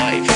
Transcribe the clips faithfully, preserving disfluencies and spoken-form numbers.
Life.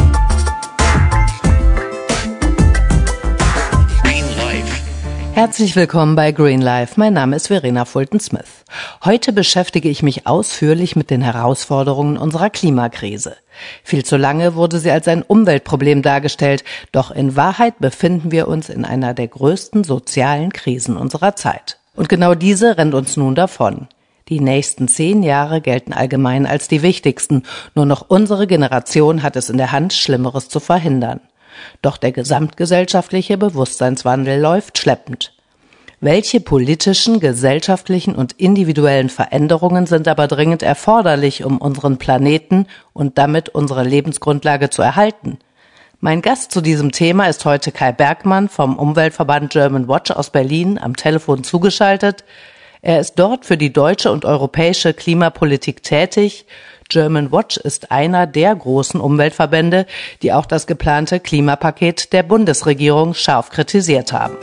Green Life. Herzlich willkommen bei Green Life. Mein Name ist Verena Fulton-Smith. Heute beschäftige ich mich ausführlich mit den Herausforderungen unserer Klimakrise. Viel zu lange wurde sie als ein Umweltproblem dargestellt, doch in Wahrheit befinden wir uns in einer der größten sozialen Krisen unserer Zeit. Und genau diese rennt uns nun davon. Die nächsten zehn Jahre gelten allgemein als die wichtigsten. Nur noch unsere Generation hat es in der Hand, Schlimmeres zu verhindern. Doch der gesamtgesellschaftliche Bewusstseinswandel läuft schleppend. Welche politischen, gesellschaftlichen und individuellen Veränderungen sind aber dringend erforderlich, um unseren Planeten und damit unsere Lebensgrundlage zu erhalten? Mein Gast zu diesem Thema ist heute Kai Bergmann vom Umweltverband German Watch aus Berlin am Telefon zugeschaltet. Er ist dort für die deutsche und europäische Klimapolitik tätig. German Watch ist einer der großen Umweltverbände, die auch das geplante Klimapaket der Bundesregierung scharf kritisiert haben.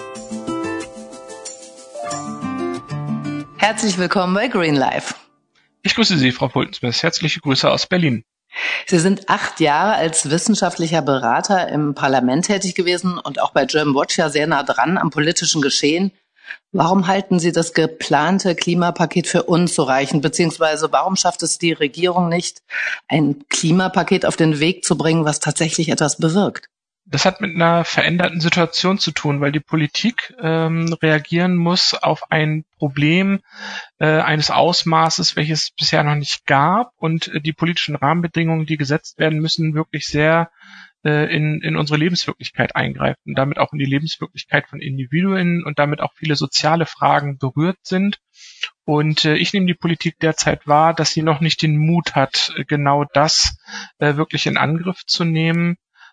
Herzlich willkommen bei Green Life. Ich grüße Sie, Frau Fulton-Smith. Herzliche Grüße aus Berlin. Sie sind acht Jahre als wissenschaftlicher Berater im Parlament tätig gewesen und auch bei German Watch ja sehr nah dran am politischen Geschehen. Warum halten Sie das geplante Klimapaket für unzureichend, beziehungsweise warum schafft es die Regierung nicht, ein Klimapaket auf den Weg zu bringen, was tatsächlich etwas bewirkt? Das hat mit einer veränderten Situation zu tun, weil die Politik ähm, reagieren muss auf ein Problem äh, eines Ausmaßes, welches es bisher noch nicht gab, und äh, die politischen Rahmenbedingungen, die gesetzt werden, müssen wirklich sehr äh, in, in unsere Lebenswirklichkeit eingreifen, damit auch in die Lebenswirklichkeit von Individuen und damit auch viele soziale Fragen berührt sind. Und äh, ich nehme die Politik derzeit wahr, dass sie noch nicht den Mut hat, genau das äh, wirklich in Angriff zu nehmen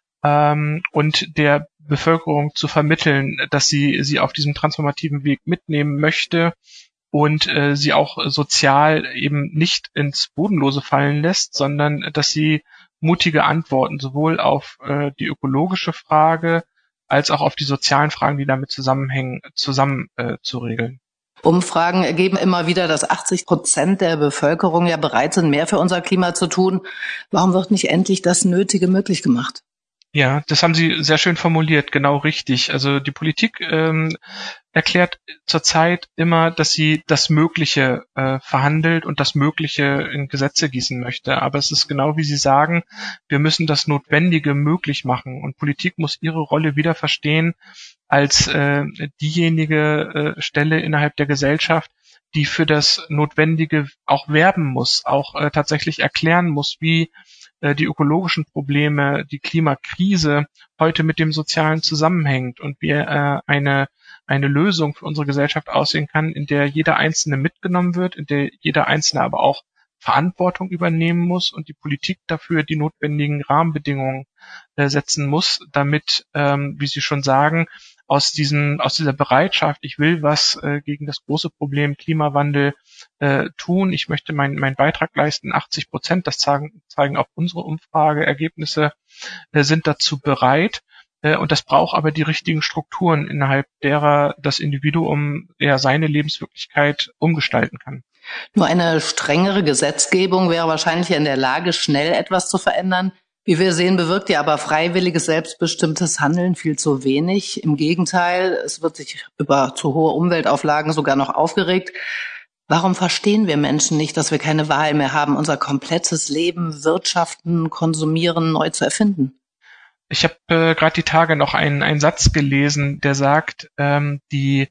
und der Bevölkerung zu vermitteln, dass sie sie auf diesem transformativen Weg mitnehmen möchte und äh, sie auch sozial eben nicht ins Bodenlose fallen lässt, sondern dass sie mutige Antworten sowohl auf äh, die ökologische Frage als auch auf die sozialen Fragen, die damit zusammenhängen, zusammen äh, zu regeln. Umfragen ergeben immer wieder, dass achtzig Prozent der Bevölkerung ja bereit sind, mehr für unser Klima zu tun. Warum wird nicht endlich das Nötige möglich gemacht? Ja, das haben Sie sehr schön formuliert, genau richtig. Also die Politik ähm, erklärt zurzeit immer, dass sie das Mögliche äh, verhandelt und das Mögliche in Gesetze gießen möchte. Aber es ist genau wie Sie sagen, wir müssen das Notwendige möglich machen. Und Politik muss ihre Rolle wieder verstehen als äh, diejenige äh, Stelle innerhalb der Gesellschaft, die für das Notwendige auch werben muss, auch äh, tatsächlich erklären muss, wie die ökologischen Probleme, die Klimakrise heute mit dem Sozialen zusammenhängt und wie äh, eine eine Lösung für unsere Gesellschaft aussehen kann, in der jeder Einzelne mitgenommen wird, in der jeder Einzelne aber auch Verantwortung übernehmen muss und die Politik dafür die notwendigen Rahmenbedingungen äh, setzen muss, damit, ähm, wie Sie schon sagen, aus diesem aus dieser Bereitschaft, ich will was äh, gegen das große Problem Klimawandel äh, tun, ich möchte meinen meinen Beitrag leisten, achtzig Prozent, das zeigen, zeigen auch unsere Umfrageergebnisse, äh, sind dazu bereit. Äh, und das braucht aber die richtigen Strukturen, innerhalb derer das Individuum ja seine Lebenswirklichkeit umgestalten kann. Nur eine strengere Gesetzgebung wäre wahrscheinlich in der Lage, schnell etwas zu verändern. Wie wir sehen, bewirkt ja aber freiwilliges, selbstbestimmtes Handeln viel zu wenig. Im Gegenteil, es wird sich über zu hohe Umweltauflagen sogar noch aufgeregt. Warum verstehen wir Menschen nicht, dass wir keine Wahl mehr haben, unser komplettes Leben, Wirtschaften, Konsumieren neu zu erfinden? Ich habe äh, gerade die Tage noch einen, einen Satz gelesen, der sagt, ähm, die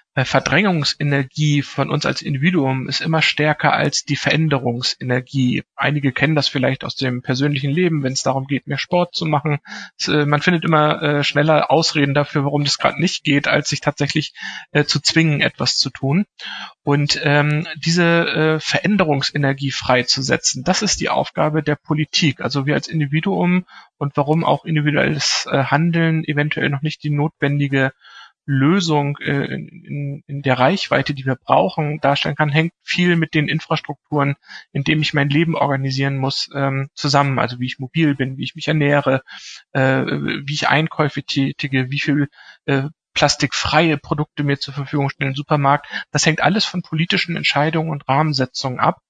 Verdrängungsenergie von uns als Individuum ist immer stärker als die Veränderungsenergie. Einige kennen das vielleicht aus dem persönlichen Leben, wenn es darum geht, mehr Sport zu machen. Es, äh, man findet immer äh, schneller Ausreden dafür, warum das gerade nicht geht, als sich tatsächlich äh, zu zwingen, etwas zu tun. Und ähm, diese äh, Veränderungsenergie freizusetzen, das ist die Aufgabe der Politik. Also wir als Individuum und warum auch individuelles äh, Handeln eventuell noch nicht die notwendige Lösung äh, in, in der Reichweite, die wir brauchen, darstellen kann, hängt viel mit den Infrastrukturen, in denen ich mein Leben organisieren muss, ähm, zusammen. Also wie ich mobil bin, wie ich mich ernähre, äh, wie ich Einkäufe tätige, wie viel äh, plastikfreie Produkte mir zur Verfügung stellen im Supermarkt. Das hängt alles von politischen Entscheidungen und Rahmensetzungen ab.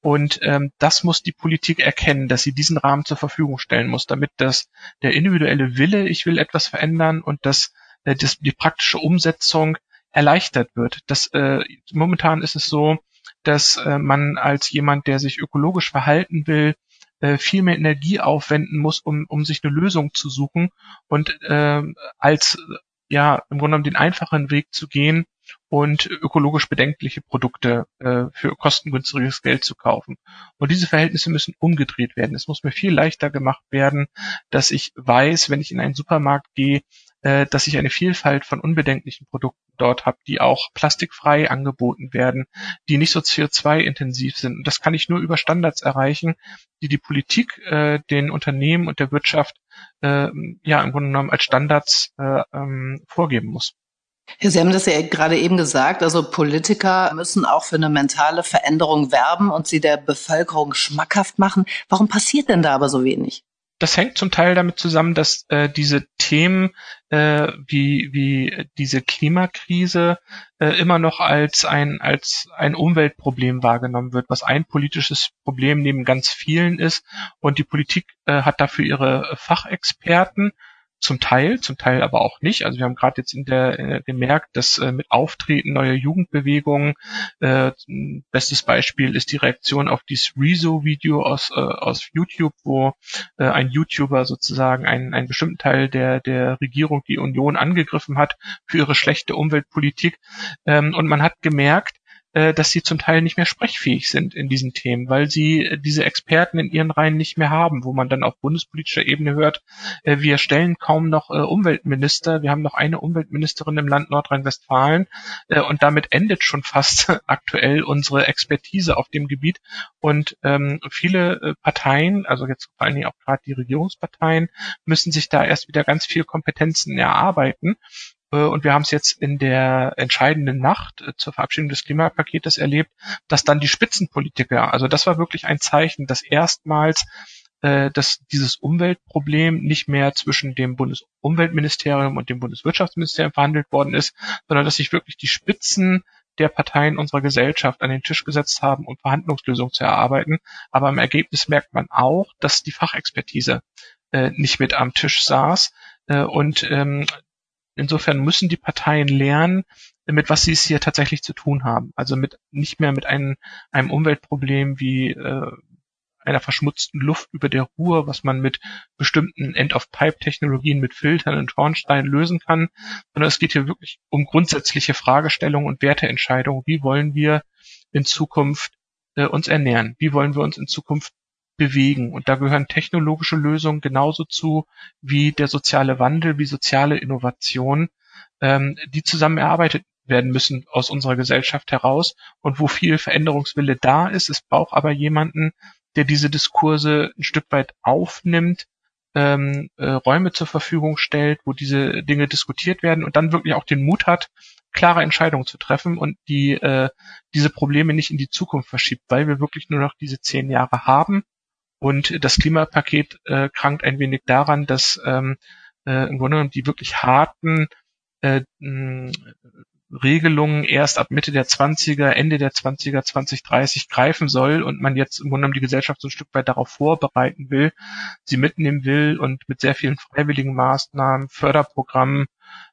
Und ähm, das muss die Politik erkennen, dass sie diesen Rahmen zur Verfügung stellen muss, damit das der individuelle Wille, ich will etwas verändern, und dass äh, das, die praktische Umsetzung erleichtert wird. Das, äh, momentan ist es so, dass äh, man als jemand, der sich ökologisch verhalten will, äh, viel mehr Energie aufwenden muss, um, um sich eine Lösung zu suchen, und äh, als ja im Grunde genommen den einfachen Weg zu gehen und ökologisch bedenkliche Produkte äh, für kostengünstiges Geld zu kaufen. Und diese Verhältnisse müssen umgedreht werden. Es muss mir viel leichter gemacht werden, dass ich weiß, wenn ich in einen Supermarkt gehe, äh, dass ich eine Vielfalt von unbedenklichen Produkten dort habe, die auch plastikfrei angeboten werden, die nicht so C O zwei intensiv sind. Und das kann ich nur über Standards erreichen, die die Politik äh, den Unternehmen und der Wirtschaft äh, ja im Grunde genommen als Standards äh, ähm, vorgeben muss. Ja, Sie haben das ja gerade eben gesagt, also Politiker müssen auch für eine mentale Veränderung werben und sie der Bevölkerung schmackhaft machen. Warum passiert denn da aber so wenig? Das hängt zum Teil damit zusammen, dass äh, diese Themen äh, wie wie diese Klimakrise äh, immer noch als ein als ein Umweltproblem wahrgenommen wird, was ein politisches Problem neben ganz vielen ist. Und die Politik äh, hat dafür ihre Fachexperten. Zum Teil, zum Teil aber auch nicht. Also wir haben gerade jetzt in der äh, gemerkt, dass äh, mit Auftreten neuer Jugendbewegungen, äh, bestes Beispiel ist die Reaktion auf dieses Rezo-Video aus äh, aus YouTube, wo äh, ein YouTuber sozusagen einen einen bestimmten Teil der der Regierung, die Union, angegriffen hat für ihre schlechte Umweltpolitik. Ähm, und man hat gemerkt, dass sie zum Teil nicht mehr sprechfähig sind in diesen Themen, weil sie diese Experten in ihren Reihen nicht mehr haben, wo man dann auf bundespolitischer Ebene hört, wir stellen kaum noch Umweltminister, wir haben noch eine Umweltministerin im Land Nordrhein-Westfalen, und damit endet schon fast aktuell unsere Expertise auf dem Gebiet. Und ähm, viele Parteien, also jetzt vor allen Dingen auch gerade die Regierungsparteien, müssen sich da erst wieder ganz viel Kompetenzen erarbeiten. Und wir haben es jetzt in der entscheidenden Nacht zur Verabschiedung des Klimapaketes erlebt, dass dann die Spitzenpolitiker, also das war wirklich ein Zeichen, dass erstmals äh, dass dieses Umweltproblem nicht mehr zwischen dem Bundesumweltministerium und dem Bundeswirtschaftsministerium verhandelt worden ist, sondern dass sich wirklich die Spitzen der Parteien unserer Gesellschaft an den Tisch gesetzt haben, um Verhandlungslösungen zu erarbeiten. Aber im Ergebnis merkt man auch, dass die Fachexpertise äh, nicht mit am Tisch saß. Äh, und ähm, Insofern müssen die Parteien lernen, mit was sie es hier tatsächlich zu tun haben. Also mit nicht mehr mit einem, einem Umweltproblem wie äh, einer verschmutzten Luft über der Ruhr, was man mit bestimmten End-of-Pipe-Technologien, mit Filtern und Schornsteinen lösen kann, sondern es geht hier wirklich um grundsätzliche Fragestellungen und Werteentscheidungen. Wie wollen wir in Zukunft äh, uns ernähren? Wie wollen wir uns in Zukunft bewegen? Und da gehören technologische Lösungen genauso zu wie der soziale Wandel, wie soziale Innovation, ähm, die zusammen erarbeitet werden müssen aus unserer Gesellschaft heraus, und wo viel Veränderungswille da ist. Es braucht aber jemanden, der diese Diskurse ein Stück weit aufnimmt, ähm, äh, Räume zur Verfügung stellt, wo diese Dinge diskutiert werden, und dann wirklich auch den Mut hat, klare Entscheidungen zu treffen und die äh, diese Probleme nicht in die Zukunft verschiebt, weil wir wirklich nur noch diese zehn Jahre haben. Und das Klimapaket äh, krankt ein wenig daran, dass ähm, äh, im Grunde genommen die wirklich harten äh, mh, Regelungen erst ab Mitte der zwanziger, Ende der zwanziger, zwanzig dreißig greifen soll, und man jetzt im Grunde genommen die Gesellschaft so ein Stück weit darauf vorbereiten will, sie mitnehmen will und mit sehr vielen freiwilligen Maßnahmen, Förderprogrammen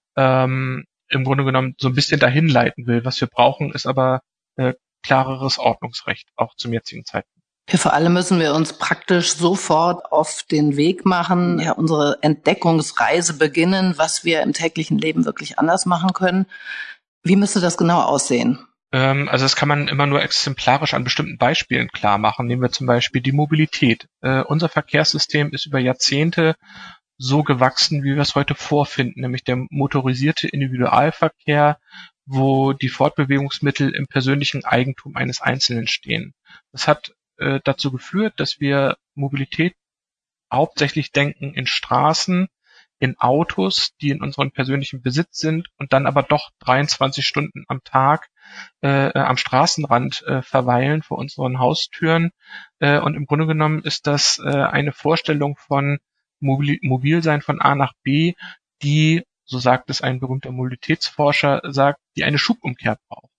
ähm, im Grunde genommen so ein bisschen dahin leiten will. Was wir brauchen, ist aber äh, klareres Ordnungsrecht, auch zum jetzigen Zeitpunkt. Ja, vor allem müssen wir uns praktisch sofort auf den Weg machen, ja, unsere Entdeckungsreise beginnen, was wir im täglichen Leben wirklich anders machen können. Wie müsste das genau aussehen? Ähm, also das kann man immer nur exemplarisch an bestimmten Beispielen klar machen. Nehmen wir zum Beispiel die Mobilität. Äh, unser Verkehrssystem ist über Jahrzehnte so gewachsen, wie wir es heute vorfinden, nämlich der motorisierte Individualverkehr, wo die Fortbewegungsmittel im persönlichen Eigentum eines Einzelnen stehen. Das hat dazu geführt, dass wir Mobilität hauptsächlich denken in Straßen, in Autos, die in unserem persönlichen Besitz sind und dann aber doch dreiundzwanzig Stunden am Tag äh, am Straßenrand äh, verweilen vor unseren Haustüren. Äh, und im Grunde genommen ist das äh, eine Vorstellung von Mobil- Mobilsein von A nach B, die, so sagt es ein berühmter Mobilitätsforscher, sagt, die eine Schubumkehr braucht.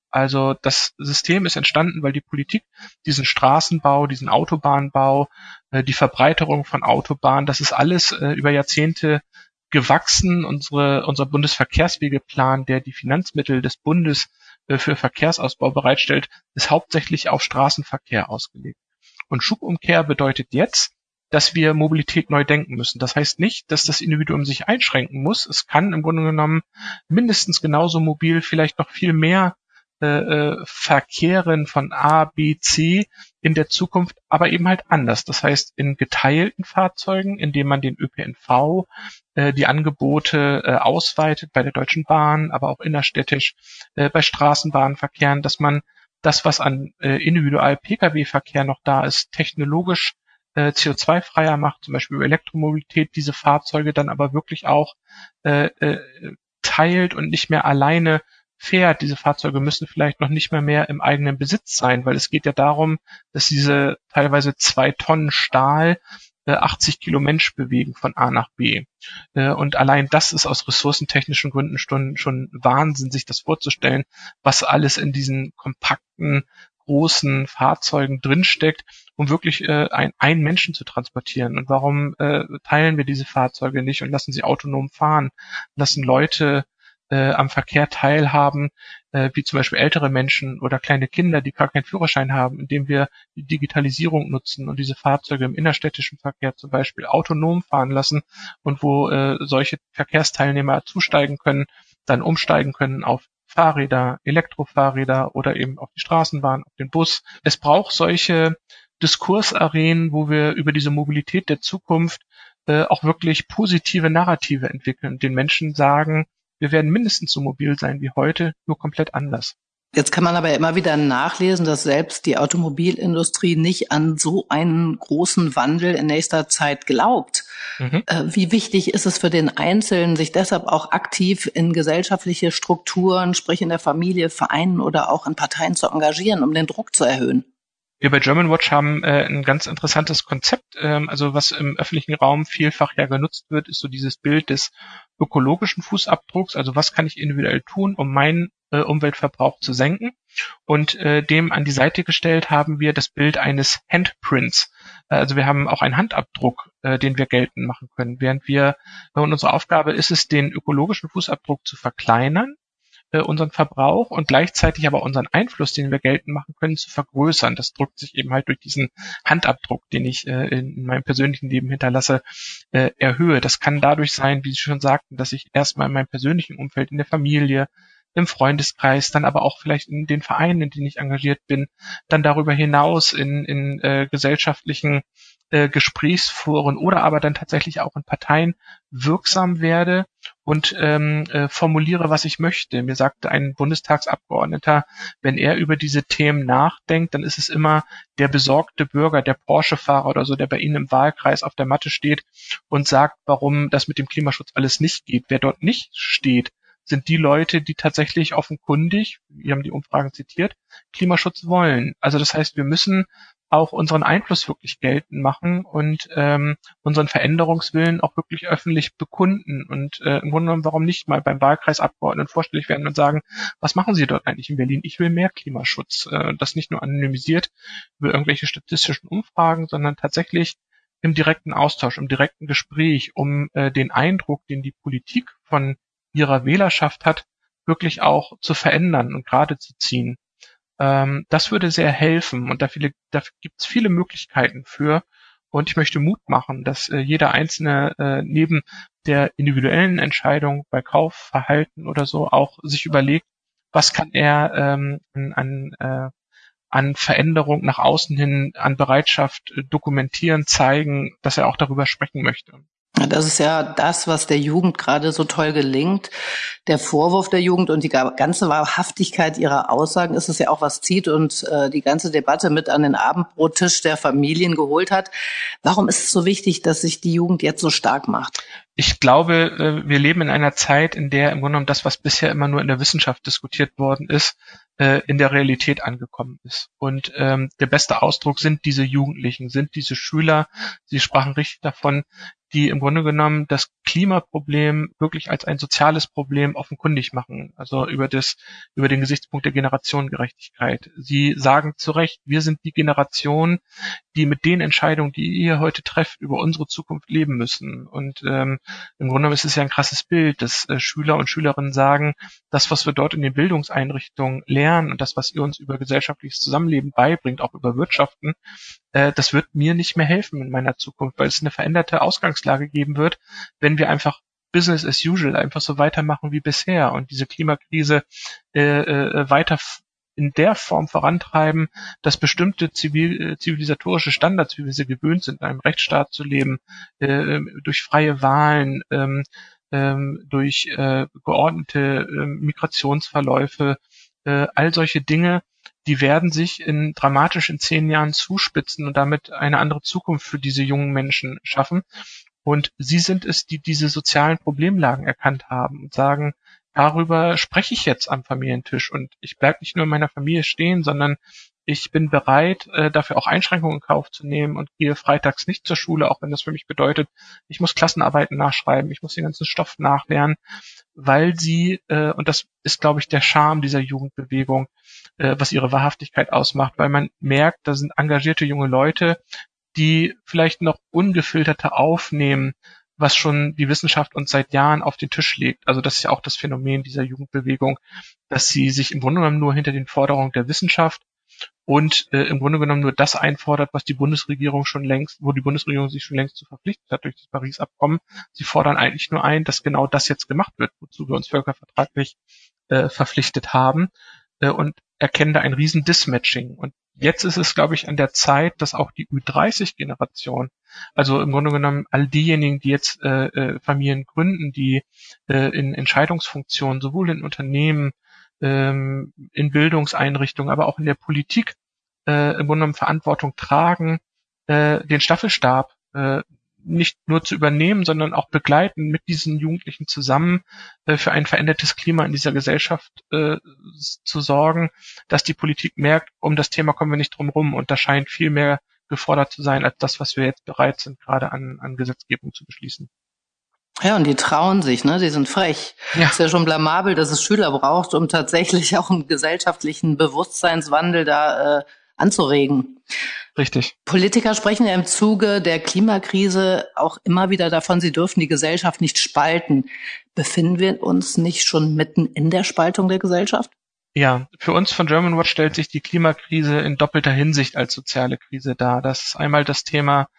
Also das System ist entstanden, weil die Politik diesen Straßenbau, diesen Autobahnbau, äh, die Verbreiterung von Autobahnen, das ist alles äh, über Jahrzehnte gewachsen. Unsere, unser Bundesverkehrswegeplan, der die Finanzmittel des Bundes äh, für Verkehrsausbau bereitstellt, ist hauptsächlich auf Straßenverkehr ausgelegt. Und Schubumkehr bedeutet jetzt, dass wir Mobilität neu denken müssen. Das heißt nicht, dass das Individuum sich einschränken muss. Es kann im Grunde genommen mindestens genauso mobil, vielleicht noch viel mehr äh, verkehren von A, B, C in der Zukunft, aber eben halt anders. Das heißt in geteilten Fahrzeugen, indem man den Ö P N V, äh, die Angebote äh, ausweitet bei der Deutschen Bahn, aber auch innerstädtisch äh, bei Straßenbahnverkehren, dass man das, was an äh, Individual-P K W-Verkehr noch da ist, technologisch äh, C O zwei freier macht, zum Beispiel über Elektromobilität, diese Fahrzeuge dann aber wirklich auch äh, äh, teilt und nicht mehr alleine fährt. Diese Fahrzeuge müssen vielleicht noch nicht mehr mehr im eigenen Besitz sein, weil es geht ja darum, dass diese teilweise zwei Tonnen Stahl äh, achtzig Kilo Mensch bewegen von A nach B. Äh, und allein das ist aus ressourcentechnischen Gründen schon, schon Wahnsinn, sich das vorzustellen, was alles in diesen kompakten, großen Fahrzeugen drinsteckt, um wirklich äh, ein, einen Menschen zu transportieren. Und warum äh, teilen wir diese Fahrzeuge nicht und lassen sie autonom fahren, lassen Leute äh, am Verkehr teilhaben, äh, wie zum Beispiel ältere Menschen oder kleine Kinder, die gar keinen Führerschein haben, indem wir die Digitalisierung nutzen und diese Fahrzeuge im innerstädtischen Verkehr zum Beispiel autonom fahren lassen und wo äh, solche Verkehrsteilnehmer zusteigen können, dann umsteigen können auf Fahrräder, Elektrofahrräder oder eben auf die Straßenbahn, auf den Bus. Es braucht solche Diskursarenen, wo wir über diese Mobilität der Zukunft äh, auch wirklich positive Narrative entwickeln, den Menschen sagen, wir werden mindestens so mobil sein wie heute, nur komplett anders. Jetzt kann man aber immer wieder nachlesen, dass selbst die Automobilindustrie nicht an so einen großen Wandel in nächster Zeit glaubt. Mhm. Wie wichtig ist es für den Einzelnen, sich deshalb auch aktiv in gesellschaftliche Strukturen, sprich in der Familie, Vereinen oder auch in Parteien zu engagieren, um den Druck zu erhöhen? Wir bei Germanwatch haben äh, ein ganz interessantes Konzept. Ähm, also was im öffentlichen Raum vielfach ja genutzt wird, ist so dieses Bild des ökologischen Fußabdrucks. Also was kann ich individuell tun, um meinen äh, Umweltverbrauch zu senken? Und äh, dem an die Seite gestellt haben wir das Bild eines Handprints. Also wir haben auch einen Handabdruck, äh, den wir geltend machen können. Während wir, äh, und unsere Aufgabe ist es, den ökologischen Fußabdruck zu verkleinern, unseren Verbrauch und gleichzeitig aber unseren Einfluss, den wir geltend machen können, zu vergrößern. Das drückt sich eben halt durch diesen Handabdruck, den ich äh, in meinem persönlichen Leben hinterlasse, äh, erhöhe. Das kann dadurch sein, wie Sie schon sagten, dass ich erstmal in meinem persönlichen Umfeld, in der Familie, im Freundeskreis, dann aber auch vielleicht in den Vereinen, in denen ich engagiert bin, dann darüber hinaus in, in äh, gesellschaftlichen äh, Gesprächsforen oder aber dann tatsächlich auch in Parteien wirksam werde und ähm, äh, formuliere, was ich möchte. Mir sagte ein Bundestagsabgeordneter, wenn er über diese Themen nachdenkt, dann ist es immer der besorgte Bürger, der Porsche-Fahrer oder so, der bei Ihnen im Wahlkreis auf der Matte steht und sagt, warum das mit dem Klimaschutz alles nicht geht. Wer dort nicht steht, sind die Leute, die tatsächlich offenkundig, wir haben die Umfragen zitiert, Klimaschutz wollen. Also das heißt, wir müssen auch unseren Einfluss wirklich geltend machen und ähm, unseren Veränderungswillen auch wirklich öffentlich bekunden. Und äh, im Grunde genommen, warum nicht mal beim Wahlkreisabgeordneten vorstellig werden und sagen, was machen Sie dort eigentlich in Berlin? Ich will mehr Klimaschutz. Äh, das nicht nur anonymisiert über irgendwelche statistischen Umfragen, sondern tatsächlich im direkten Austausch, im direkten Gespräch, um äh, den Eindruck, den die Politik von ihrer Wählerschaft hat, wirklich auch zu verändern und gerade zu ziehen. Ähm, das würde sehr helfen und da, viele, da gibt es viele Möglichkeiten für und ich möchte Mut machen, dass äh, jeder Einzelne äh, neben der individuellen Entscheidung bei Kaufverhalten oder so auch sich überlegt, was kann er ähm, an, an, äh, an Veränderung nach außen hin, an Bereitschaft äh, dokumentieren, zeigen, dass er auch darüber sprechen möchte. Das ist ja das, was der Jugend gerade so toll gelingt. Der Vorwurf der Jugend und die ganze Wahrhaftigkeit ihrer Aussagen ist es ja auch, was zieht und äh, die ganze Debatte mit an den Abendbrottisch der Familien geholt hat. Warum ist es so wichtig, dass sich die Jugend jetzt so stark macht? Ich glaube, wir leben in einer Zeit, in der im Grunde genommen das, was bisher immer nur in der Wissenschaft diskutiert worden ist, in der Realität angekommen ist. Und ähm, der beste Ausdruck sind diese Jugendlichen, sind diese Schüler. Sie sprachen richtig davon, die im Grunde genommen das Klimaproblem wirklich als ein soziales Problem offenkundig machen, also über das, über den Gesichtspunkt der Generationengerechtigkeit. Sie sagen zu Recht, wir sind die Generation, die mit den Entscheidungen, die ihr heute trefft, über unsere Zukunft leben müssen. Und ähm, im Grunde genommen ist es ja ein krasses Bild, dass äh, Schüler und Schülerinnen sagen, das, was wir dort in den Bildungseinrichtungen lernen und das, was ihr uns über gesellschaftliches Zusammenleben beibringt, auch über Wirtschaften, äh, das wird mir nicht mehr helfen in meiner Zukunft, weil es eine veränderte Ausgangslage geben wird, wenn wir einfach Business as usual einfach so weitermachen wie bisher und diese Klimakrise äh, äh, weiter in der Form vorantreiben, dass bestimmte zivil, zivilisatorische Standards, wie wir sie gewöhnt sind, in einem Rechtsstaat zu leben, äh, durch freie Wahlen, ähm, ähm, durch äh, geordnete äh, Migrationsverläufe, äh, all solche Dinge, die werden sich in dramatisch in zehn Jahren zuspitzen und damit eine andere Zukunft für diese jungen Menschen schaffen. Und sie sind es, die diese sozialen Problemlagen erkannt haben und sagen, darüber spreche ich jetzt am Familientisch und ich bleibe nicht nur in meiner Familie stehen, sondern ich bin bereit, äh, dafür auch Einschränkungen in Kauf zu nehmen und gehe freitags nicht zur Schule, auch wenn das für mich bedeutet, ich muss Klassenarbeiten nachschreiben, ich muss den ganzen Stoff nachlernen, weil sie, äh, und das ist, glaube ich, der Charme dieser Jugendbewegung, äh, was ihre Wahrhaftigkeit ausmacht, weil man merkt, da sind engagierte junge Leute, die vielleicht noch ungefilterter aufnehmen, was schon die Wissenschaft uns seit Jahren auf den Tisch legt. Also das ist ja auch das Phänomen dieser Jugendbewegung, dass sie sich im Grunde genommen nur hinter den Forderungen der Wissenschaft und äh, im Grunde genommen nur das einfordert, was die Bundesregierung schon längst, wo die Bundesregierung sich schon längst zu verpflichtet hat durch das Paris-Abkommen. Sie fordern eigentlich nur ein, dass genau das jetzt gemacht wird, wozu wir uns völkervertraglich äh, verpflichtet haben, äh, und erkennen da ein riesen Dismatching. Und jetzt ist es, glaube ich, an der Zeit, dass auch die Ü dreißig Generation, also im Grunde genommen all diejenigen, die jetzt äh, äh, Familien gründen, die äh, in Entscheidungsfunktionen, sowohl in Unternehmen, ähm, in Bildungseinrichtungen, aber auch in der Politik äh, im Grunde genommen Verantwortung tragen, äh, den Staffelstab äh, nicht nur zu übernehmen, sondern auch begleiten mit diesen Jugendlichen zusammen äh, für ein verändertes Klima in dieser Gesellschaft äh, zu sorgen, dass die Politik merkt, um das Thema kommen wir nicht drum rum und da scheint viel mehr gefordert zu sein als das, was wir jetzt bereit sind, gerade an, an Gesetzgebung zu beschließen. Ja, und die trauen sich, ne? Die sind frech. Ja. Ist ja schon blamabel, dass es Schüler braucht, um tatsächlich auch einen gesellschaftlichen Bewusstseinswandel da äh, anzuregen. Richtig. Politiker sprechen ja im Zuge der Klimakrise auch immer wieder davon, sie dürfen die Gesellschaft nicht spalten. Befinden wir uns nicht schon mitten in der Spaltung der Gesellschaft? Ja, für uns von Germanwatch stellt sich die Klimakrise in doppelter Hinsicht als soziale Krise dar. Das ist einmal das Thema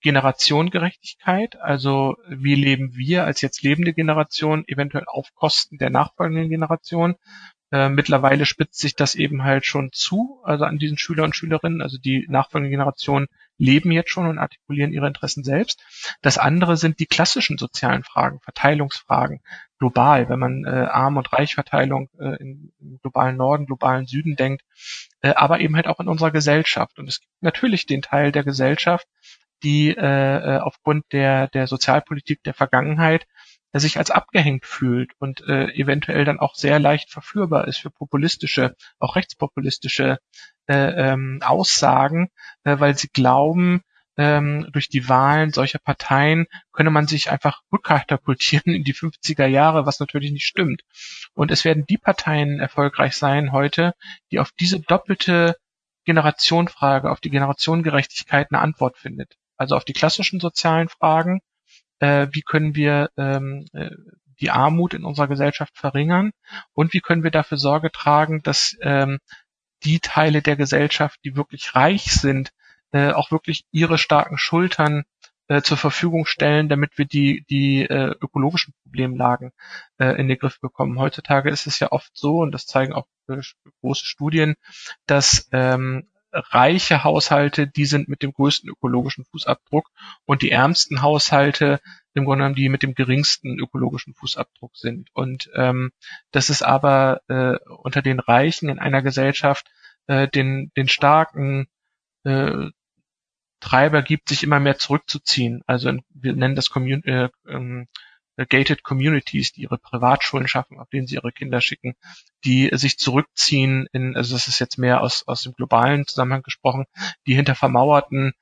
Generationengerechtigkeit, also wie leben wir als jetzt lebende Generation eventuell auf Kosten der nachfolgenden Generation. Äh, mittlerweile spitzt sich das eben halt schon zu, also an diesen Schüler und Schülerinnen, also die nachfolgende Generation leben jetzt schon und artikulieren ihre Interessen selbst. Das andere sind die klassischen sozialen Fragen, Verteilungsfragen, global, wenn man äh, Arm- und Reichverteilung äh, im, im globalen Norden, globalen Süden denkt, äh, aber eben halt auch in unserer Gesellschaft. Und es gibt natürlich den Teil der Gesellschaft, die äh, aufgrund der der Sozialpolitik der Vergangenheit äh, sich als abgehängt fühlt und äh, eventuell dann auch sehr leicht verführbar ist für populistische, auch rechtspopulistische äh, ähm, Aussagen, äh, weil sie glauben, ähm, durch die Wahlen solcher Parteien könne man sich einfach rückkatapultieren in die fünfziger Jahre, was natürlich nicht stimmt. Und es werden die Parteien erfolgreich sein heute, die auf diese doppelte Generationenfrage, auf die Generationengerechtigkeit eine Antwort findet. Also auf die klassischen sozialen Fragen, äh, wie können wir ähm, äh, die Armut in unserer Gesellschaft verringern und wie können wir dafür Sorge tragen, dass ähm, die Teile der Gesellschaft, die wirklich reich sind, äh, auch wirklich ihre starken Schultern äh, zur Verfügung stellen, damit wir die die äh, ökologischen Problemlagen äh, in den Griff bekommen. Heutzutage ist es ja oft so, und das zeigen auch äh, große Studien, dass ähm, reiche Haushalte, die sind mit dem größten ökologischen Fußabdruck und die ärmsten Haushalte im Grunde genommen die mit dem geringsten ökologischen Fußabdruck sind. Und ähm, dass es aber äh, unter den Reichen in einer Gesellschaft äh, den den starken äh, Treiber gibt, sich immer mehr zurückzuziehen. Also wir nennen das Commun äh, ähm, gated Communities, die ihre Privatschulen schaffen, auf denen sie ihre Kinder schicken, die sich zurückziehen in, also das ist jetzt mehr aus aus dem globalen Zusammenhang gesprochen, die hinter vermauerten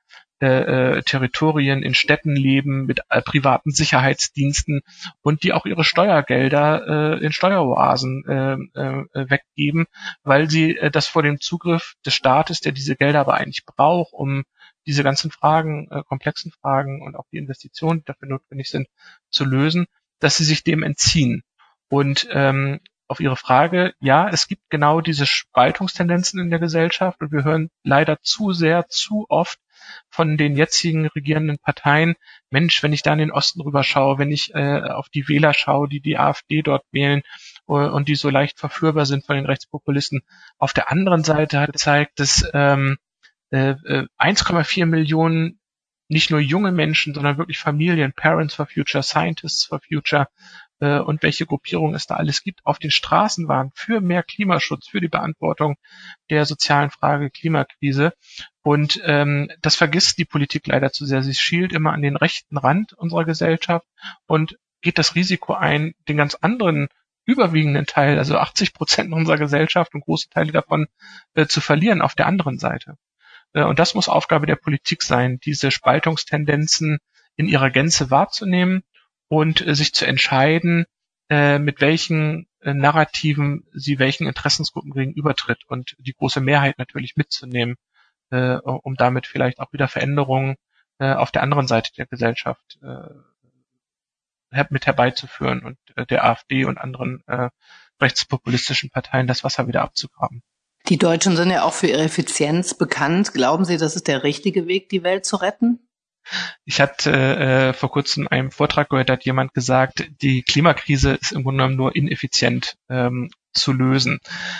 äh, Territorien in Städten leben, mit äh, privaten Sicherheitsdiensten und die auch ihre Steuergelder äh, in Steueroasen äh, äh, weggeben, weil sie äh, das vor dem Zugriff des Staates, der diese Gelder aber eigentlich braucht, um diese ganzen Fragen, äh, komplexen Fragen und auch die Investitionen, die dafür notwendig sind, zu lösen, dass sie sich dem entziehen. Und ähm, auf Ihre Frage, ja, es gibt genau diese Spaltungstendenzen in der Gesellschaft und wir hören leider zu sehr, zu oft von den jetzigen regierenden Parteien, Mensch, wenn ich da in den Osten rüber schaue, wenn ich äh, auf die Wähler schaue, die die AfD dort wählen äh, und die so leicht verführbar sind von den Rechtspopulisten. Auf der anderen Seite hat gezeigt, dass ähm, äh, eins Komma vier Millionen nicht nur junge Menschen, sondern wirklich Familien, Parents for Future, Scientists for Future, und welche Gruppierungen es da alles gibt, auf den Straßen waren für mehr Klimaschutz, für die Beantwortung der sozialen Frage Klimakrise. Und ähm, das vergisst die Politik leider zu sehr. Sie schielt immer an den rechten Rand unserer Gesellschaft und geht das Risiko ein, den ganz anderen überwiegenden Teil, also achtzig Prozent unserer Gesellschaft und große Teile davon äh, zu verlieren auf der anderen Seite. Äh, und das muss Aufgabe der Politik sein, diese Spaltungstendenzen in ihrer Gänze wahrzunehmen und äh, sich zu entscheiden, äh, mit welchen äh, Narrativen sie welchen Interessensgruppen gegenübertritt und die große Mehrheit natürlich mitzunehmen, äh, um damit vielleicht auch wieder Veränderungen äh, auf der anderen Seite der Gesellschaft äh, mit herbeizuführen und äh, der AfD und anderen äh, rechtspopulistischen Parteien das Wasser wieder abzugraben. Die Deutschen sind ja auch für ihre Effizienz bekannt. Glauben Sie, das ist der richtige Weg, die Welt zu retten? Ich hatte äh, vor kurzem einen Vortrag gehört, da hat jemand gesagt, die Klimakrise ist im Grunde genommen nur ineffizient ähm, zu lösen.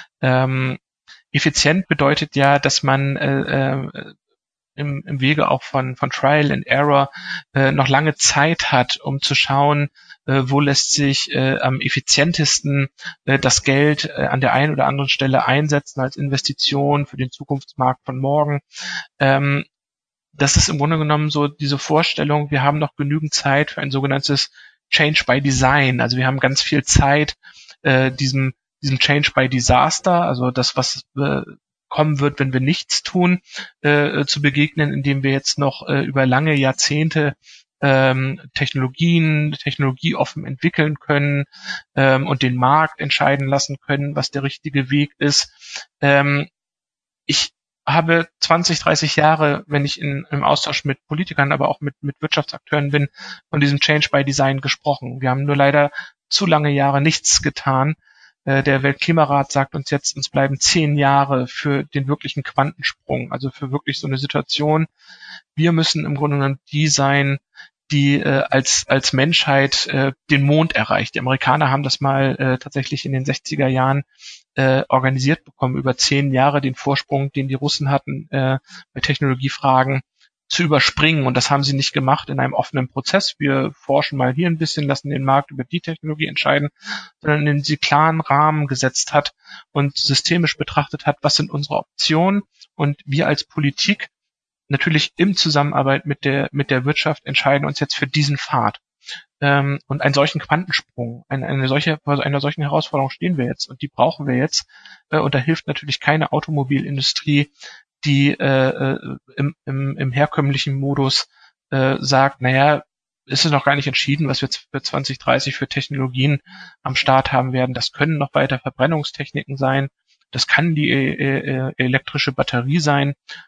Ähm, effizient bedeutet ja, dass man äh, äh, im, im Wege auch von, von Trial and Error äh, noch lange Zeit hat, um zu schauen, äh, wo lässt sich äh, am effizientesten äh, das Geld äh, an der einen oder anderen Stelle einsetzen als Investition für den Zukunftsmarkt von morgen. Ähm, Das ist im Grunde genommen so diese Vorstellung, wir haben noch genügend Zeit für ein sogenanntes Change by Design. Also wir haben ganz viel Zeit, äh, diesem, diesem Change by Disaster, also das, was äh, kommen wird, wenn wir nichts tun, äh, zu begegnen, indem wir jetzt noch äh, über lange Jahrzehnte ähm, Technologien, technologieoffen entwickeln können ähm, und den Markt entscheiden lassen können, was der richtige Weg ist. Ähm, ich habe zwanzig, dreißig Jahre, wenn ich in, im Austausch mit Politikern, aber auch mit, mit Wirtschaftsakteuren bin, von diesem Change by Design gesprochen. Wir haben nur leider zu lange Jahre nichts getan. Äh, der Weltklimarat sagt uns jetzt, uns bleiben zehn Jahre für den wirklichen Quantensprung, also für wirklich so eine Situation. Wir müssen im Grunde genommen die sein, die äh, als als Menschheit äh, den Mond erreicht. Die Amerikaner haben das mal äh, tatsächlich in den sechziger Jahren äh, organisiert bekommen, über zehn Jahre den Vorsprung, den die Russen hatten, äh, bei Technologiefragen zu überspringen. Und das haben sie nicht gemacht in einem offenen Prozess. Wir forschen mal hier ein bisschen, lassen den Markt über die Technologie entscheiden, sondern in den sie klaren Rahmen gesetzt hat und systemisch betrachtet hat, was sind unsere Optionen. Und wir als Politik natürlich in Zusammenarbeit mit der mit der Wirtschaft entscheiden uns jetzt für diesen Pfad. Ähm, und einen solchen Quantensprung, eine, eine solche, also einer solchen Herausforderung stehen wir jetzt und die brauchen wir jetzt. Äh, und da hilft natürlich keine Automobilindustrie, die äh, im, im, im herkömmlichen Modus äh, sagt, naja, ist es noch gar nicht entschieden, was wir für zwanzig dreißig für Technologien am Start haben werden. Das können noch weiter Verbrennungstechniken sein. Das kann die äh, äh, elektrische Batterie sein.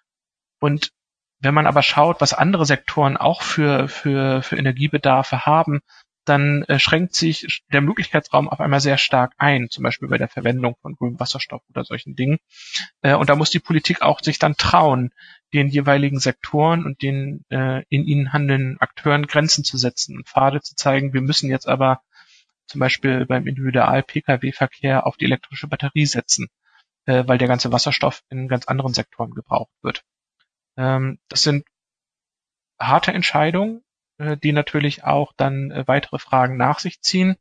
Und wenn man aber schaut, was andere Sektoren auch für für für Energiebedarfe haben, dann äh, schränkt sich der Möglichkeitsraum auf einmal sehr stark ein, zum Beispiel bei der Verwendung von grünem Wasserstoff oder solchen Dingen. Äh, und da muss die Politik auch sich dann trauen, den jeweiligen Sektoren und den äh, in ihnen handelnden Akteuren Grenzen zu setzen und Pfade zu zeigen. Wir müssen jetzt aber zum Beispiel beim Individual-P K W-Verkehr auf die elektrische Batterie setzen, äh, weil der ganze Wasserstoff in ganz anderen Sektoren gebraucht wird. Das sind harte Entscheidungen, die natürlich auch dann weitere Fragen nach sich ziehen.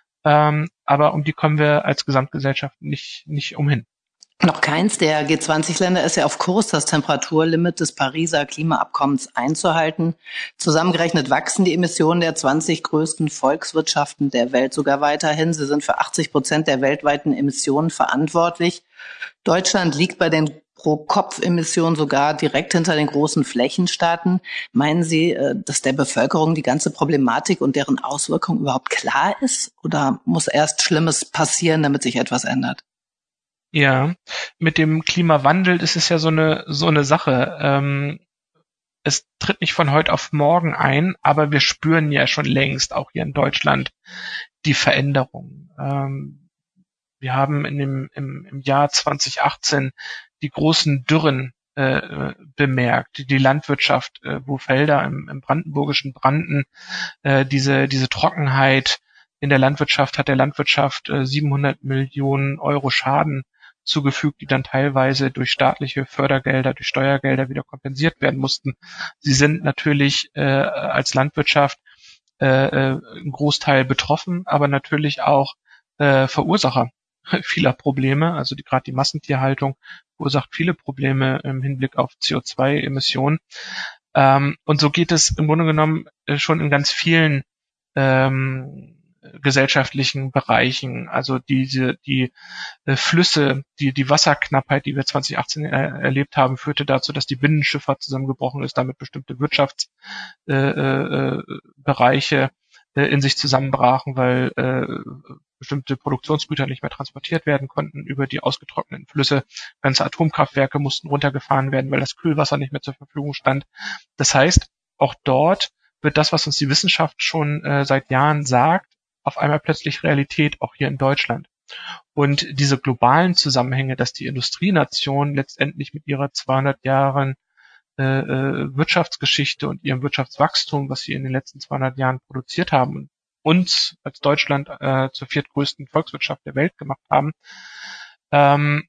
Aber um die kommen wir als Gesamtgesellschaft nicht, nicht umhin. Noch keins der G zwanzig Länder ist ja auf Kurs, das Temperaturlimit des Pariser Klimaabkommens einzuhalten. Zusammengerechnet wachsen die Emissionen der zwanzig größten Volkswirtschaften der Welt sogar weiterhin. Sie sind für achtzig Prozent der weltweiten Emissionen verantwortlich. Deutschland liegt bei den Pro-Kopf-Emission sogar direkt hinter den großen Flächenstaaten. Meinen Sie, dass der Bevölkerung die ganze Problematik und deren Auswirkungen überhaupt klar ist? Oder muss erst Schlimmes passieren, damit sich etwas ändert? Ja, mit dem Klimawandel ist es ja so eine so eine Sache. Ähm, es tritt nicht von heute auf morgen ein, aber wir spüren ja schon längst, auch hier in Deutschland, die Veränderungen. Ähm, wir haben in dem, im, im Jahr zwanzig achtzehn die großen Dürren äh, bemerkt, die Landwirtschaft, äh, wo Felder im, im brandenburgischen Branden, äh, diese diese Trockenheit in der Landwirtschaft hat der Landwirtschaft äh, siebenhundert Millionen Euro Schaden zugefügt, die dann teilweise durch staatliche Fördergelder, durch Steuergelder wieder kompensiert werden mussten. Sie sind natürlich äh, als Landwirtschaft äh, äh, ein Großteil betroffen, aber natürlich auch äh, Verursacher vieler Probleme. Also die, gerade die Massentierhaltung verursacht viele Probleme im Hinblick auf C O zwei Emissionen. Ähm, und so geht es im Grunde genommen äh, schon in ganz vielen ähm, gesellschaftlichen Bereichen. Also diese die äh, Flüsse, die die Wasserknappheit, die wir zwanzig achtzehn er, erlebt haben, führte dazu, dass die Binnenschifffahrt zusammengebrochen ist, damit bestimmte Wirtschaftsbereiche äh, äh, in sich zusammenbrachen, weil äh, bestimmte Produktionsgüter nicht mehr transportiert werden konnten über die ausgetrockneten Flüsse. Ganze Atomkraftwerke mussten runtergefahren werden, weil das Kühlwasser nicht mehr zur Verfügung stand. Das heißt, auch dort wird das, was uns die Wissenschaft schon äh, seit Jahren sagt, auf einmal plötzlich Realität, auch hier in Deutschland. Und diese globalen Zusammenhänge, dass die Industrienation letztendlich mit ihrer zweihundert Jahren äh, Wirtschaftsgeschichte und ihrem Wirtschaftswachstum, was sie in den letzten zweihundert Jahren produziert haben und uns als Deutschland äh, zur viertgrößten Volkswirtschaft der Welt gemacht haben, ähm,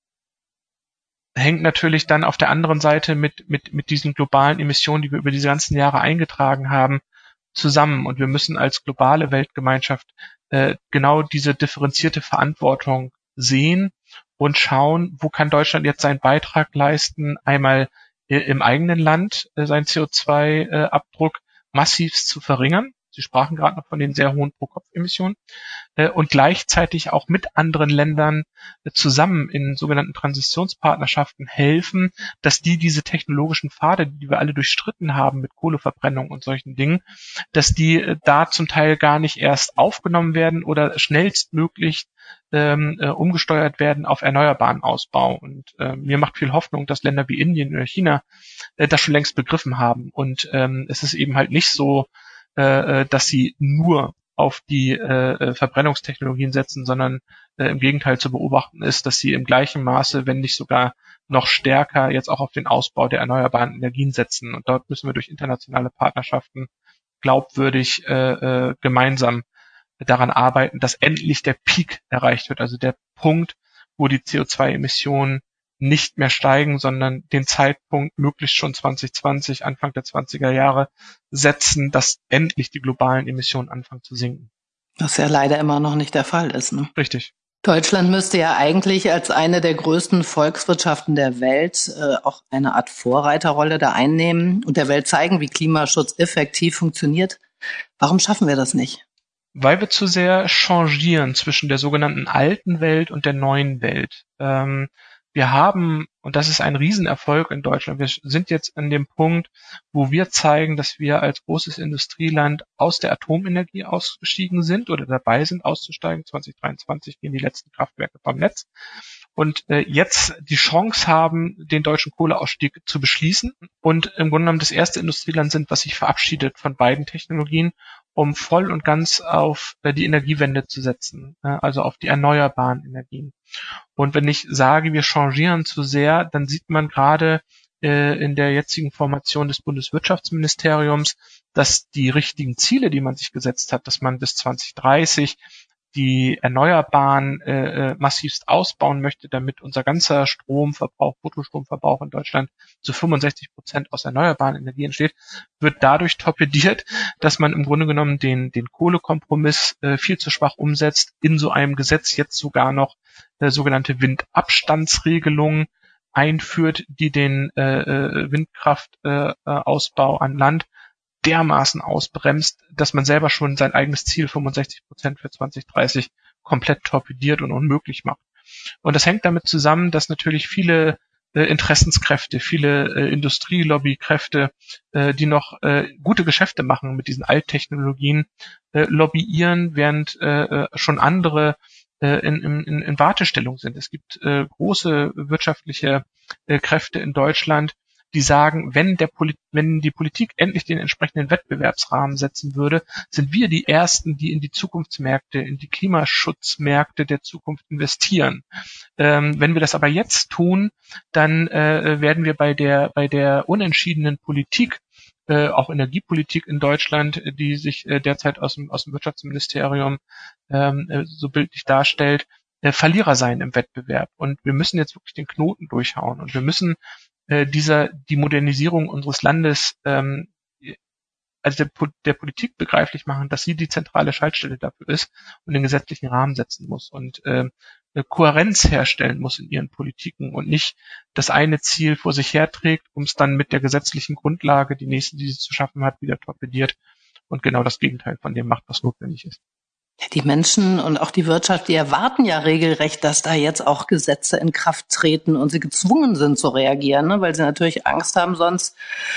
hängt natürlich dann auf der anderen Seite mit mit mit diesen globalen Emissionen, die wir über diese ganzen Jahre eingetragen haben, zusammen. Und wir müssen als globale Weltgemeinschaft äh, genau diese differenzierte Verantwortung sehen und schauen, wo kann Deutschland jetzt seinen Beitrag leisten, einmal äh, im eigenen Land äh, seinen C O zwei Abdruck massivst zu verringern. Sie sprachen gerade noch von den sehr hohen Pro-Kopf-Emissionen äh, und gleichzeitig auch mit anderen Ländern äh, zusammen in sogenannten Transitionspartnerschaften helfen, dass die diese technologischen Pfade, die wir alle durchstritten haben mit Kohleverbrennung und solchen Dingen, dass die äh, da zum Teil gar nicht erst aufgenommen werden oder schnellstmöglich ähm, äh, umgesteuert werden auf erneuerbaren Ausbau. Und äh, mir macht viel Hoffnung, dass Länder wie Indien oder China äh, das schon längst begriffen haben. Und ähm, es ist eben halt nicht so, äh, dass sie nur auf die äh, Verbrennungstechnologien setzen, sondern äh, im Gegenteil zu beobachten ist, dass sie im gleichen Maße, wenn nicht sogar noch stärker, jetzt auch auf den Ausbau der erneuerbaren Energien setzen. Und dort müssen wir durch internationale Partnerschaften glaubwürdig äh, äh, gemeinsam daran arbeiten, dass endlich der Peak erreicht wird, also der Punkt, wo die C O zwei Emissionen nicht mehr steigen, sondern den Zeitpunkt möglichst schon zwanzig zwanzig, Anfang der zwanziger Jahre setzen, dass endlich die globalen Emissionen anfangen zu sinken. Was ja leider immer noch nicht der Fall ist, ne? Richtig. Deutschland müsste ja eigentlich als eine der größten Volkswirtschaften der Welt äh, auch eine Art Vorreiterrolle da einnehmen und der Welt zeigen, wie Klimaschutz effektiv funktioniert. Warum schaffen wir das nicht? Weil wir zu sehr changieren zwischen der sogenannten alten Welt und der neuen Welt. Ähm, Wir haben, und das ist ein Riesenerfolg in Deutschland, wir sind jetzt an dem Punkt, wo wir zeigen, dass wir als großes Industrieland aus der Atomenergie ausgestiegen sind oder dabei sind auszusteigen. zwanzig dreiundzwanzig gehen die letzten Kraftwerke vom Netz. Und äh, jetzt die Chance haben, den deutschen Kohleausstieg zu beschließen und im Grunde genommen das erste Industrieland sind, was sich verabschiedet von beiden Technologien, um voll und ganz auf äh, die Energiewende zu setzen, äh, also auf die erneuerbaren Energien. Und wenn ich sage, wir changieren zu sehr, dann sieht man gerade äh, in der jetzigen Formation des Bundeswirtschaftsministeriums, dass die richtigen Ziele, die man sich gesetzt hat, dass man bis zwanzig dreißig die Erneuerbaren äh, massivst ausbauen möchte, damit unser ganzer Stromverbrauch, Bruttostromverbrauch in Deutschland zu fünfundsechzig Prozent aus erneuerbaren Energien entsteht, wird dadurch torpediert, dass man im Grunde genommen den, den Kohlekompromiss äh, viel zu schwach umsetzt, in so einem Gesetz jetzt sogar noch äh, sogenannte Windabstandsregelungen einführt, die den äh, Windkraftausbau äh, an Land dermaßen ausbremst, dass man selber schon sein eigenes Ziel fünfundsechzig Prozent für zwanzig dreißig komplett torpediert und unmöglich macht. Und das hängt damit zusammen, dass natürlich viele äh, Interessenskräfte, viele äh, Industrielobby-Kräfte, äh, die noch äh, gute Geschäfte machen mit diesen Alttechnologien, äh, lobbyieren, während äh, schon andere äh, in, in, in Wartestellung sind. Es gibt äh, große wirtschaftliche äh, Kräfte in Deutschland, die sagen, wenn der Poli- wenn die Politik endlich den entsprechenden Wettbewerbsrahmen setzen würde, sind wir die Ersten, die in die Zukunftsmärkte, in die Klimaschutzmärkte der Zukunft investieren. Ähm, wenn wir das aber jetzt tun, dann äh, werden wir bei der bei der unentschiedenen Politik, äh, auch Energiepolitik in Deutschland, die sich äh, derzeit aus dem aus dem Wirtschaftsministerium ähm, äh, so bildlich darstellt, äh, Verlierer sein im Wettbewerb. Und wir müssen jetzt wirklich den Knoten durchhauen und wir müssen äh, dieser die Modernisierung unseres Landes ähm, also der, der Politik begreiflich machen, dass sie die zentrale Schaltstelle dafür ist und den gesetzlichen Rahmen setzen muss und äh, eine Kohärenz herstellen muss in ihren Politiken und nicht das eine Ziel vor sich herträgt, um es dann mit der gesetzlichen Grundlage, die nächste, die sie zu schaffen hat, wieder torpediert und genau das Gegenteil von dem macht, was notwendig ist. Die Menschen und auch die Wirtschaft, die erwarten ja regelrecht, dass da jetzt auch Gesetze in Kraft treten und sie gezwungen sind zu reagieren, ne? Weil sie natürlich Angst haben, sonst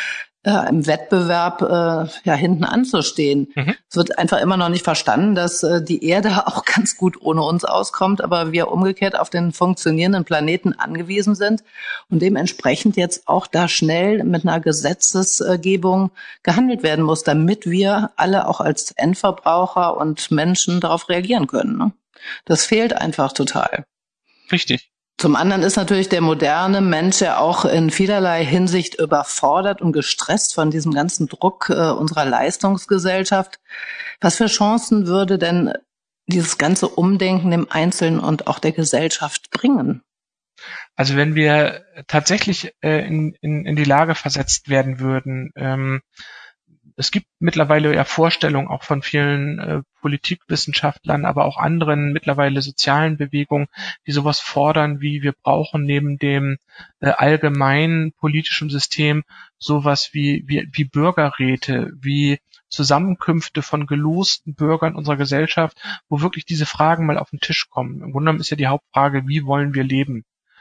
äh, im Wettbewerb äh, ja hinten anzustehen. Mhm. Es wird einfach immer noch nicht verstanden, dass äh, die Erde auch ganz gut ohne uns auskommt, aber wir umgekehrt auf den funktionierenden Planeten angewiesen sind und dementsprechend jetzt auch da schnell mit einer Gesetzesgebung gehandelt werden muss, damit wir alle auch als Endverbraucher und Menschen darauf reagieren können. Ne? Das fehlt einfach total. Richtig. Zum anderen ist natürlich der moderne Mensch ja auch in vielerlei Hinsicht überfordert und gestresst von diesem ganzen Druck äh, unserer Leistungsgesellschaft. Was für Chancen würde denn dieses ganze Umdenken dem Einzelnen und auch der Gesellschaft bringen? Also wenn wir tatsächlich äh, in, in, in die Lage versetzt werden würden, ähm, es gibt mittlerweile ja Vorstellungen auch von vielen äh, Politikwissenschaftlern, aber auch anderen mittlerweile sozialen Bewegungen, die sowas fordern, wie wir brauchen neben dem äh, allgemeinen politischen System sowas wie, wie, wie Bürgerräte, wie Zusammenkünfte von gelosten Bürgern unserer Gesellschaft, wo wirklich diese Fragen mal auf den Tisch kommen. Im Grunde genommen ist ja die Hauptfrage, wie wollen wir leben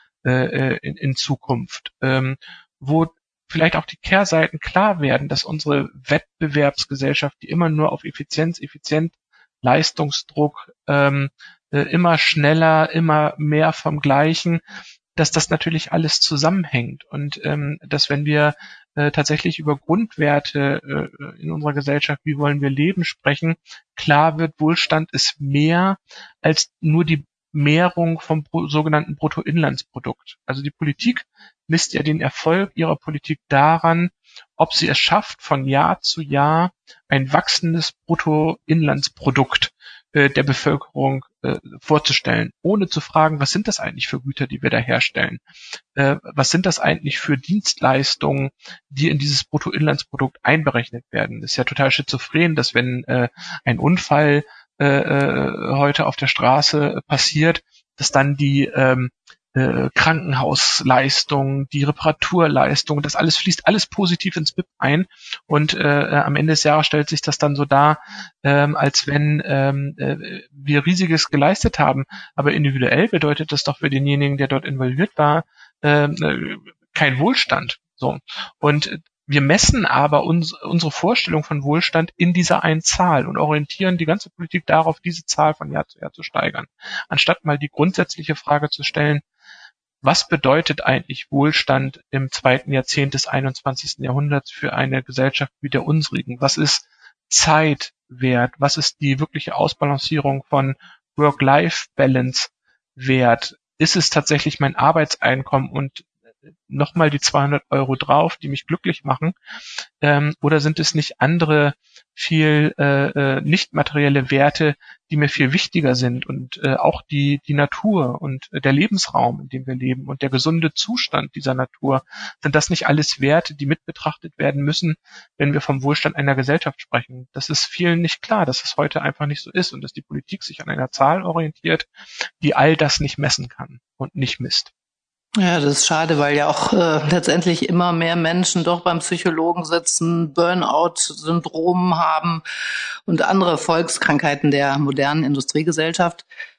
äh, in, in Zukunft, ähm, wo vielleicht auch die Kehrseiten klar werden, dass unsere Wettbewerbsgesellschaft, die immer nur auf Effizienz, Effizient, Leistungsdruck, ähm, äh, immer schneller, immer mehr vom Gleichen, dass das natürlich alles zusammenhängt und ähm, dass wenn wir äh, tatsächlich über Grundwerte äh, in unserer Gesellschaft, wie wollen wir leben, sprechen, klar wird, Wohlstand ist mehr als nur die Mehrung vom sogenannten Bruttoinlandsprodukt. Also die Politik misst ja den Erfolg ihrer Politik daran, ob sie es schafft, von Jahr zu Jahr ein wachsendes Bruttoinlandsprodukt äh, der Bevölkerung äh, vorzustellen, ohne zu fragen, was sind das eigentlich für Güter, die wir da herstellen? Äh, was sind das eigentlich für Dienstleistungen, die in dieses Bruttoinlandsprodukt einberechnet werden? Das ist ja total schizophren, dass wenn äh, ein Unfall äh, heute auf der Straße passiert, dass dann die ähm, äh, Krankenhausleistung, die Reparaturleistung, das alles fließt alles positiv ins B I P ein und äh, am Ende des Jahres stellt sich das dann so dar, ähm, als wenn ähm, äh, wir Riesiges geleistet haben, aber individuell bedeutet das doch für denjenigen, der dort involviert war, äh, kein Wohlstand. So. Und wir messen aber uns, unsere Vorstellung von Wohlstand in dieser einen Zahl und orientieren die ganze Politik darauf, diese Zahl von Jahr zu Jahr zu steigern. Anstatt mal die grundsätzliche Frage zu stellen, was bedeutet eigentlich Wohlstand im zweiten Jahrzehnt des einundzwanzigsten Jahrhunderts für eine Gesellschaft wie der unsrigen? Was ist Zeit wert? Was ist die wirkliche Ausbalancierung von Work-Life-Balance wert? Ist es tatsächlich mein Arbeitseinkommen und nochmal die zweihundert Euro drauf, die mich glücklich machen, ähm, oder sind es nicht andere, viel äh, nicht materielle Werte, die mir viel wichtiger sind und äh, auch die die Natur und äh, der Lebensraum, in dem wir leben und der gesunde Zustand dieser Natur, sind das nicht alles Werte, die mit betrachtet werden müssen, wenn wir vom Wohlstand einer Gesellschaft sprechen? Das ist vielen nicht klar, dass es heute einfach nicht so ist und dass die Politik sich an einer Zahl orientiert, die all das nicht messen kann und nicht misst. Ja, das ist schade, weil ja auch äh, letztendlich immer mehr Menschen doch beim Psychologen sitzen, Burnout-Syndrom haben und andere Volkskrankheiten der modernen Industriegesellschaft.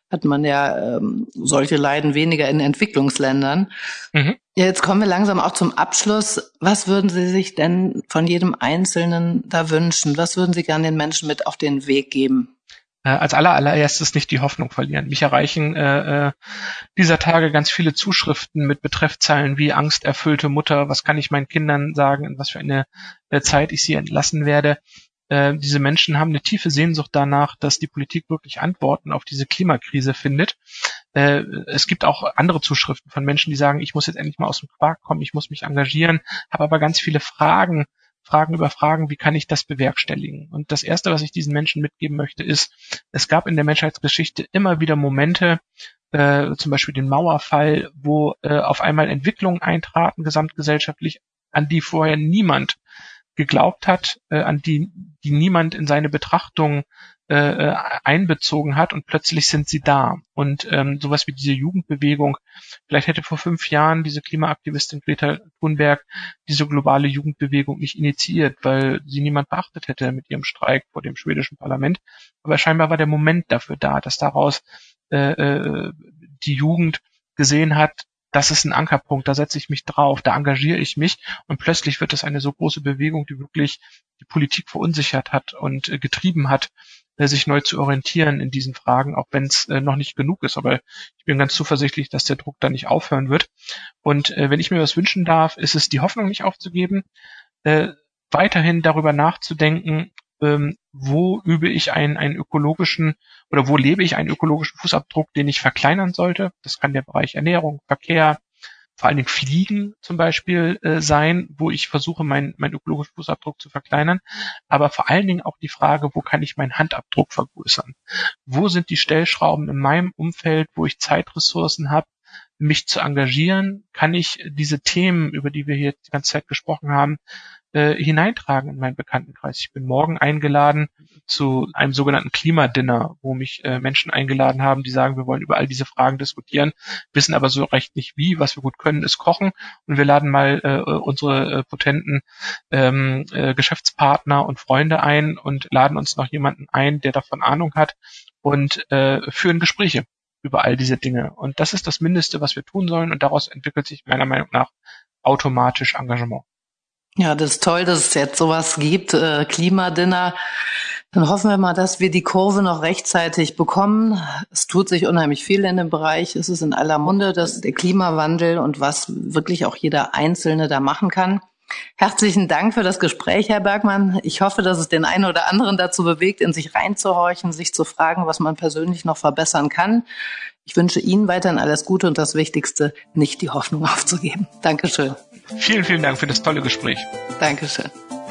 hat man ja ähm, solche Leiden weniger in Entwicklungsländern. Mhm. Ja, jetzt kommen wir langsam auch zum Abschluss. Was würden Sie sich denn von jedem Einzelnen da wünschen? Was würden Sie gerne den Menschen mit auf den Weg geben? Als aller, allererstes nicht die Hoffnung verlieren. Mich erreichen äh, äh, dieser Tage ganz viele Zuschriften mit Betreffzeilen wie angsterfüllte Mutter, was kann ich meinen Kindern sagen, in was für eine äh, Zeit ich sie entlassen werde. Äh, diese Menschen haben eine tiefe Sehnsucht danach, dass die Politik wirklich Antworten auf diese Klimakrise findet. Äh, es gibt auch andere Zuschriften von Menschen, die sagen, ich muss jetzt endlich mal aus dem Quark kommen, ich muss mich engagieren, habe aber ganz viele Fragen, Fragen über Fragen, wie kann ich das bewerkstelligen? Und das Erste, was ich diesen Menschen mitgeben möchte, ist, es gab in der Menschheitsgeschichte immer wieder Momente, äh, zum Beispiel den Mauerfall, wo äh, auf einmal Entwicklungen eintraten, gesamtgesellschaftlich, an die vorher niemand geglaubt hat, äh, an die, die niemand in seine Betrachtung äh, einbezogen hat, und plötzlich sind sie da. Und ähm, sowas wie diese Jugendbewegung, vielleicht hätte vor fünf Jahren diese Klimaaktivistin Greta Thunberg diese globale Jugendbewegung nicht initiiert, weil sie niemand beachtet hätte mit ihrem Streik vor dem schwedischen Parlament. Aber scheinbar war der Moment dafür da, dass daraus äh, äh, die Jugend gesehen hat, das ist ein Ankerpunkt, da setze ich mich drauf, da engagiere ich mich, und plötzlich wird es eine so große Bewegung, die wirklich die Politik verunsichert hat und äh, getrieben hat, äh, sich neu zu orientieren in diesen Fragen, auch wenn es äh, noch nicht genug ist. Aber ich bin ganz zuversichtlich, dass der Druck da nicht aufhören wird. Und äh, wenn ich mir was wünschen darf, ist es, die Hoffnung nicht aufzugeben, äh, weiterhin darüber nachzudenken, ähm, wo übe ich einen, einen ökologischen oder wo lebe ich einen ökologischen Fußabdruck, den ich verkleinern sollte. Das kann der Bereich Ernährung, Verkehr, vor allen Dingen Fliegen zum Beispiel äh, sein, wo ich versuche, meinen mein ökologischen Fußabdruck zu verkleinern. Aber vor allen Dingen auch die Frage, wo kann ich meinen Handabdruck vergrößern? Wo sind die Stellschrauben in meinem Umfeld, wo ich Zeitressourcen habe, mich zu engagieren? Kann ich diese Themen, über die wir hier die ganze Zeit gesprochen haben, äh, hineintragen in meinen Bekanntenkreis? Ich bin morgen eingeladen zu einem sogenannten Klimadinner, wo mich äh, Menschen eingeladen haben, die sagen, wir wollen über all diese Fragen diskutieren, wissen aber so recht nicht wie. Was wir gut können, ist kochen, und wir laden mal äh, unsere äh, potenten ähm, äh, Geschäftspartner und Freunde ein und laden uns noch jemanden ein, der davon Ahnung hat, und äh, führen Gespräche über all diese Dinge. Und das ist das Mindeste, was wir tun sollen, und daraus entwickelt sich meiner Meinung nach automatisch Engagement. Ja, das ist toll, dass es jetzt sowas gibt, äh, Klimadinner. Dann hoffen wir mal, dass wir die Kurve noch rechtzeitig bekommen. Es tut sich unheimlich viel in dem Bereich. Es ist in aller Munde, dass der Klimawandel und was wirklich auch jeder Einzelne da machen kann. Herzlichen Dank für das Gespräch, Herr Bergmann. Ich hoffe, dass es den einen oder anderen dazu bewegt, in sich reinzuhorchen, sich zu fragen, was man persönlich noch verbessern kann. Ich wünsche Ihnen weiterhin alles Gute und das Wichtigste, nicht die Hoffnung aufzugeben. Dankeschön. Vielen, vielen Dank für das tolle Gespräch. Dankeschön.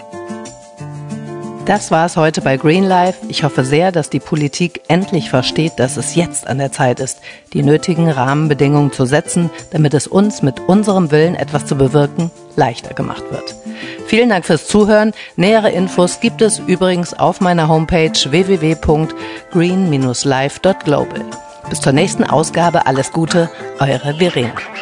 Das war es heute bei Green Life. Ich hoffe sehr, dass die Politik endlich versteht, dass es jetzt an der Zeit ist, die nötigen Rahmenbedingungen zu setzen, damit es uns mit unserem Willen, etwas zu bewirken, leichter gemacht wird. Vielen Dank fürs Zuhören. Nähere Infos gibt es übrigens auf meiner Homepage w w w punkt green dash life punkt global. Bis zur nächsten Ausgabe. Alles Gute, eure Verena.